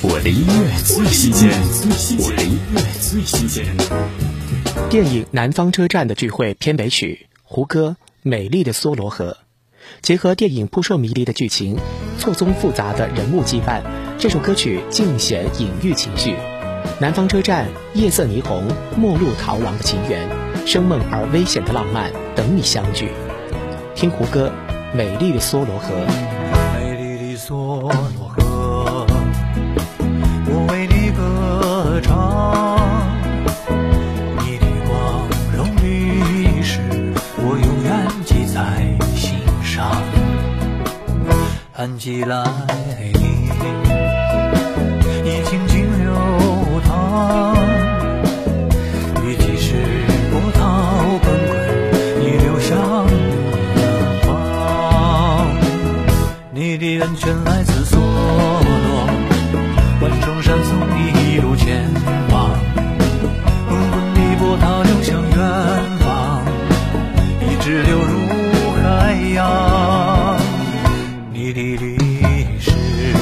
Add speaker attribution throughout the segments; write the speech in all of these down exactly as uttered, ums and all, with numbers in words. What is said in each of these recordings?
Speaker 1: 我的音乐最新鲜，我的音乐最新鲜。
Speaker 2: 电影《南方车站的聚会》片尾曲，胡歌《美丽的梭罗河》，结合电影扑朔迷离的剧情，错综复杂的人物羁绊，这首歌曲尽显隐喻情绪。南方车站，夜色霓虹，末路逃亡的情缘，生猛而危险的浪漫，等你相聚。听胡歌《美丽的梭罗河》。
Speaker 3: 美丽的梭罗河，我为你歌唱，你的光荣历史，我永远记在心上。看起来你已静静流淌，与即使波涛滚滚，你流向远方。你的安全来自梭罗，万重山送你一路前往，滚滚的波涛流向远方，一直流入海洋。你的历史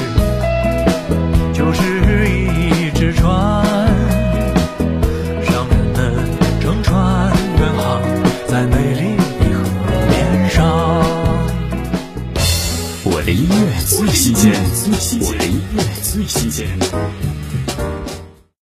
Speaker 3: 就是一只船，上人们乘船远航在美丽的河面上。
Speaker 1: 我的音乐最新鲜，我的音乐最新鲜。